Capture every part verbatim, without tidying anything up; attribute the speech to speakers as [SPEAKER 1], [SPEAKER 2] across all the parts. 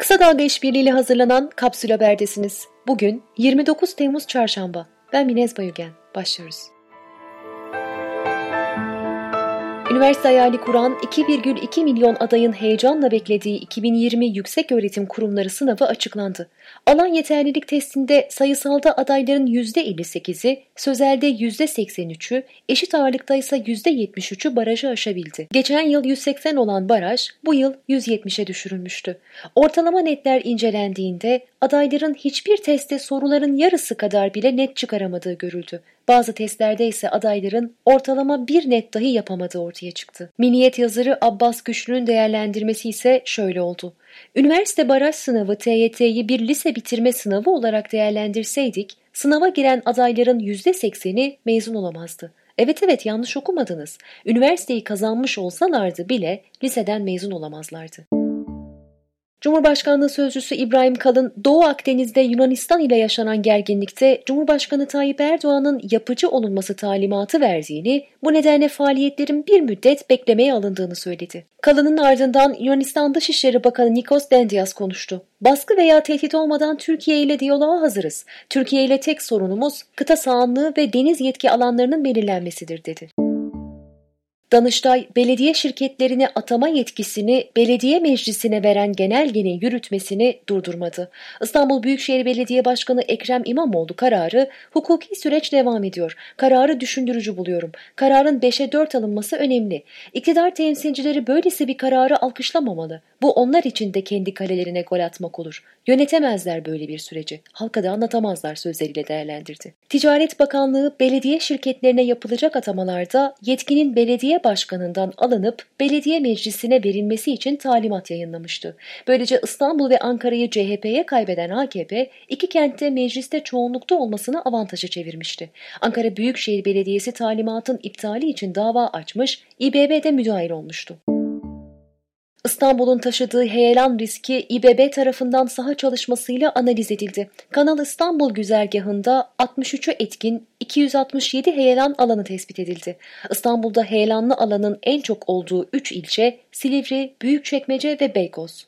[SPEAKER 1] Kısa Dalga İşbirliği'yle hazırlanan Kapsül Haber'desiniz. Bugün yirmi dokuz Temmuz Çarşamba. Ben Minez Bayülgen. Başlıyoruz. Üniversite hayali kuran iki virgül iki milyon adayın heyecanla beklediği iki bin yirmi Yükseköğretim Kurumları sınavı açıklandı. Alan yeterlilik testinde sayısalda adayların yüzde elli sekizi, sözelde yüzde seksen üçü, eşit ağırlıkta ise yüzde yetmiş üçü barajı aşabildi. Geçen yıl yüz seksen olan baraj bu yıl yüz yetmişe düşürülmüştü. Ortalama netler incelendiğinde adayların hiçbir testte soruların yarısı kadar bile net çıkaramadığı görüldü. Bazı testlerde ise adayların ortalama bir net dahi yapamadığı ortaya çıktı. Milliyet yazarı Abbas Güçlü'nün değerlendirmesi ise şöyle oldu. Üniversite baraj sınavı T Y T'yi bir lise bitirme sınavı olarak değerlendirseydik, sınava giren adayların yüzde sekseni mezun olamazdı. Evet evet yanlış okumadınız. Üniversiteyi kazanmış olsalardı bile liseden mezun olamazlardı. Cumhurbaşkanlığı Sözcüsü İbrahim Kalın, Doğu Akdeniz'de Yunanistan ile yaşanan gerginlikte Cumhurbaşkanı Tayyip Erdoğan'ın yapıcı olunması talimatı verdiğini, bu nedenle faaliyetlerin bir müddet beklemeye alındığını söyledi. Kalın'ın ardından Yunanistan Dışişleri Bakanı Nikos Dendias konuştu. Baskı veya tehdit olmadan Türkiye ile diyaloğa hazırız. Türkiye ile tek sorunumuz kıta sahanlığı ve deniz yetki alanlarının belirlenmesidir dedi. Danıştay, belediye şirketlerine atama yetkisini belediye meclisine veren genelgenin yürütmesini durdurmadı. İstanbul Büyükşehir Belediye Başkanı Ekrem İmamoğlu kararı, hukuki süreç devam ediyor. Kararı düşündürücü buluyorum. Kararın beşe dört alınması önemli. İktidar temsilcileri böylesi bir kararı alkışlamamalı. Bu onlar için de kendi kalelerine gol atmak olur. Yönetemezler böyle bir süreci. Halka da anlatamazlar sözleriyle değerlendirdi. Ticaret Bakanlığı belediye şirketlerine yapılacak atamalarda yetkinin belediye başkanından alınıp belediye meclisine verilmesi için talimat yayınlamıştı. Böylece İstanbul ve Ankara'yı C H P'ye kaybeden A K P, iki kentte mecliste çoğunlukta olmasını avantaja çevirmişti. Ankara Büyükşehir Belediyesi talimatın iptali için dava açmış, İ B B'de müdahil olmuştu. İstanbul'un taşıdığı heyelan riski İ B B tarafından saha çalışmasıyla analiz edildi. Kanal İstanbul güzergahında altmış üçü etkin, iki yüz altmış yedi heyelan alanı tespit edildi. İstanbul'da heyelanlı alanın en çok olduğu üç ilçe Silivri, Büyükçekmece ve Beykoz.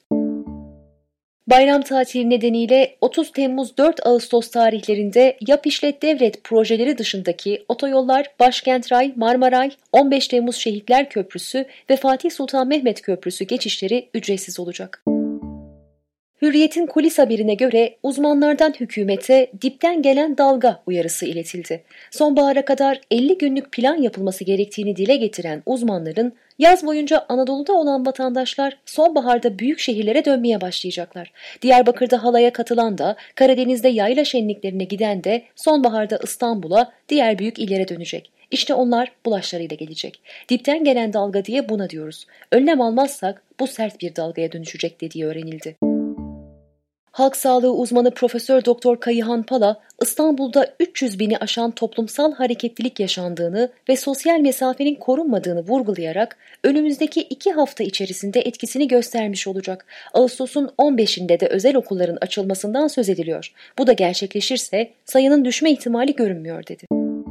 [SPEAKER 1] Bayram tatili nedeniyle otuz Temmuz dört Ağustos tarihlerinde Yap İşlet Devret projeleri dışındaki otoyollar Başkent Ray, Marmaray, on beş Temmuz Şehitler Köprüsü ve Fatih Sultan Mehmet Köprüsü geçişleri ücretsiz olacak. Hürriyet'in kulis haberine göre uzmanlardan hükümete dipten gelen dalga uyarısı iletildi. Sonbahara kadar elli günlük plan yapılması gerektiğini dile getiren uzmanların yaz boyunca Anadolu'da olan vatandaşlar sonbaharda büyük şehirlere dönmeye başlayacaklar. Diyarbakır'da halaya katılan da, Karadeniz'de yayla şenliklerine giden de sonbaharda İstanbul'a, diğer büyük illere dönecek. İşte onlar bulaşlarıyla gelecek. Dipten gelen dalga diye buna diyoruz. Önlem almazsak bu sert bir dalgaya dönüşecek dediği öğrenildi. Halk sağlığı uzmanı Profesör Doktor Kayıhan Pala, İstanbul'da üç yüz bini aşan toplumsal hareketlilik yaşandığını ve sosyal mesafenin korunmadığını vurgulayarak önümüzdeki iki hafta içerisinde etkisini göstermiş olacak. Ağustos'un on beşinde de özel okulların açılmasından söz ediliyor. Bu da gerçekleşirse sayının düşme ihtimali görünmüyor dedi.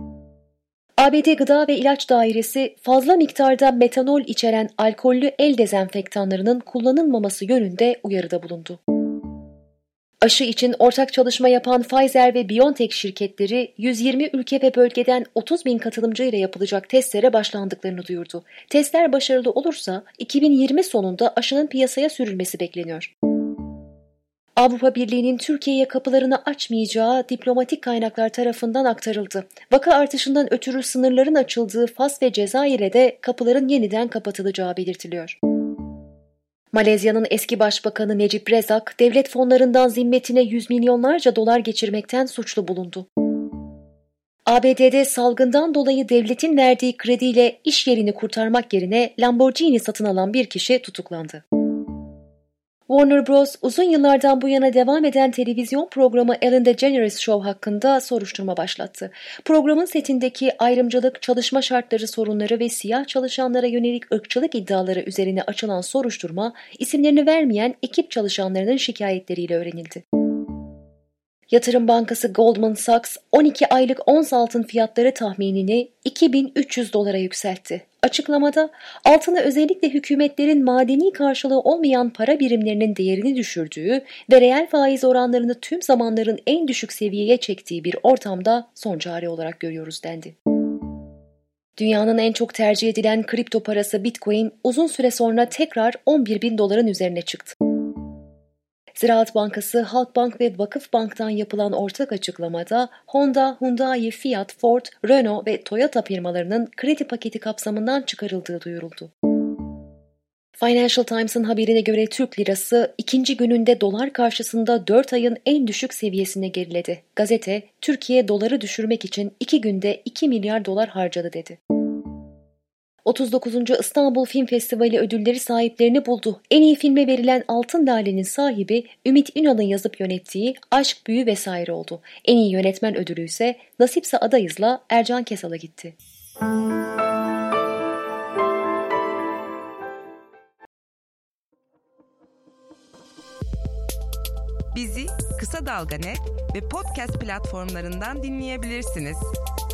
[SPEAKER 1] A B D Gıda ve İlaç Dairesi fazla miktarda metanol içeren alkollü el dezenfektanlarının kullanılmaması yönünde uyarıda bulundu. Aşı için ortak çalışma yapan Pfizer ve BioNTech şirketleri yüz yirmi ülke ve bölgeden otuz bin katılımcı ile yapılacak testlere başlandıklarını duyurdu. Testler başarılı olursa iki bin yirmi sonunda aşının piyasaya sürülmesi bekleniyor. Avrupa Birliği'nin Türkiye'ye kapılarını açmayacağı diplomatik kaynaklar tarafından aktarıldı. Vaka artışından ötürü sınırların açıldığı Fas ve Cezayir'e de kapıların yeniden kapatılacağı belirtiliyor. Malezya'nın eski başbakanı Necip Rezak, devlet fonlarından zimmetine yüz milyonlarca dolar geçirmekten suçlu bulundu. A B D'de salgından dolayı devletin verdiği krediyle iş yerini kurtarmak yerine Lamborghini satın alan bir kişi tutuklandı. Warner Bros. Uzun yıllardan bu yana devam eden televizyon programı Ellen DeGeneres Show hakkında soruşturma başlattı. Programın setindeki ayrımcılık, çalışma şartları sorunları ve siyah çalışanlara yönelik ırkçılık iddiaları üzerine açılan soruşturma, isimlerini vermeyen ekip çalışanlarının şikayetleriyle öğrenildi. Yatırım bankası Goldman Sachs, on iki aylık ons altın fiyatları tahminini iki bin üç yüz dolara yükseltti. Açıklamada altını özellikle hükümetlerin madeni karşılığı olmayan para birimlerinin değerini düşürdüğü ve reel faiz oranlarını tüm zamanların en düşük seviyeye çektiği bir ortamda son çare olarak görüyoruz dendi. Dünyanın en çok tercih edilen kripto parası Bitcoin uzun süre sonra tekrar on bir bin doların üzerine çıktı. Ziraat Bankası, Halkbank ve Vakıfbank'tan yapılan ortak açıklamada Honda, Hyundai, Fiat, Ford, Renault ve Toyota firmalarının kredi paketi kapsamından çıkarıldığı duyuruldu. Financial Times'ın haberine göre Türk lirası ikinci gününde dolar karşısında dört ayın en düşük seviyesine geriledi. Gazete, Türkiye doları düşürmek için iki günde iki milyar dolar harcadı dedi. otuz dokuzuncu İstanbul Film Festivali ödülleri sahiplerini buldu. En iyi filme verilen Altın Lale'nin sahibi Ümit Ünal'ın yazıp yönettiği Aşk, Büyü Vesaire oldu. En iyi yönetmen ödülü ise Nasipse Adayız'la Ercan Kesal'a gitti.
[SPEAKER 2] Bizi Kısa Dalga Net ve podcast platformlarından dinleyebilirsiniz.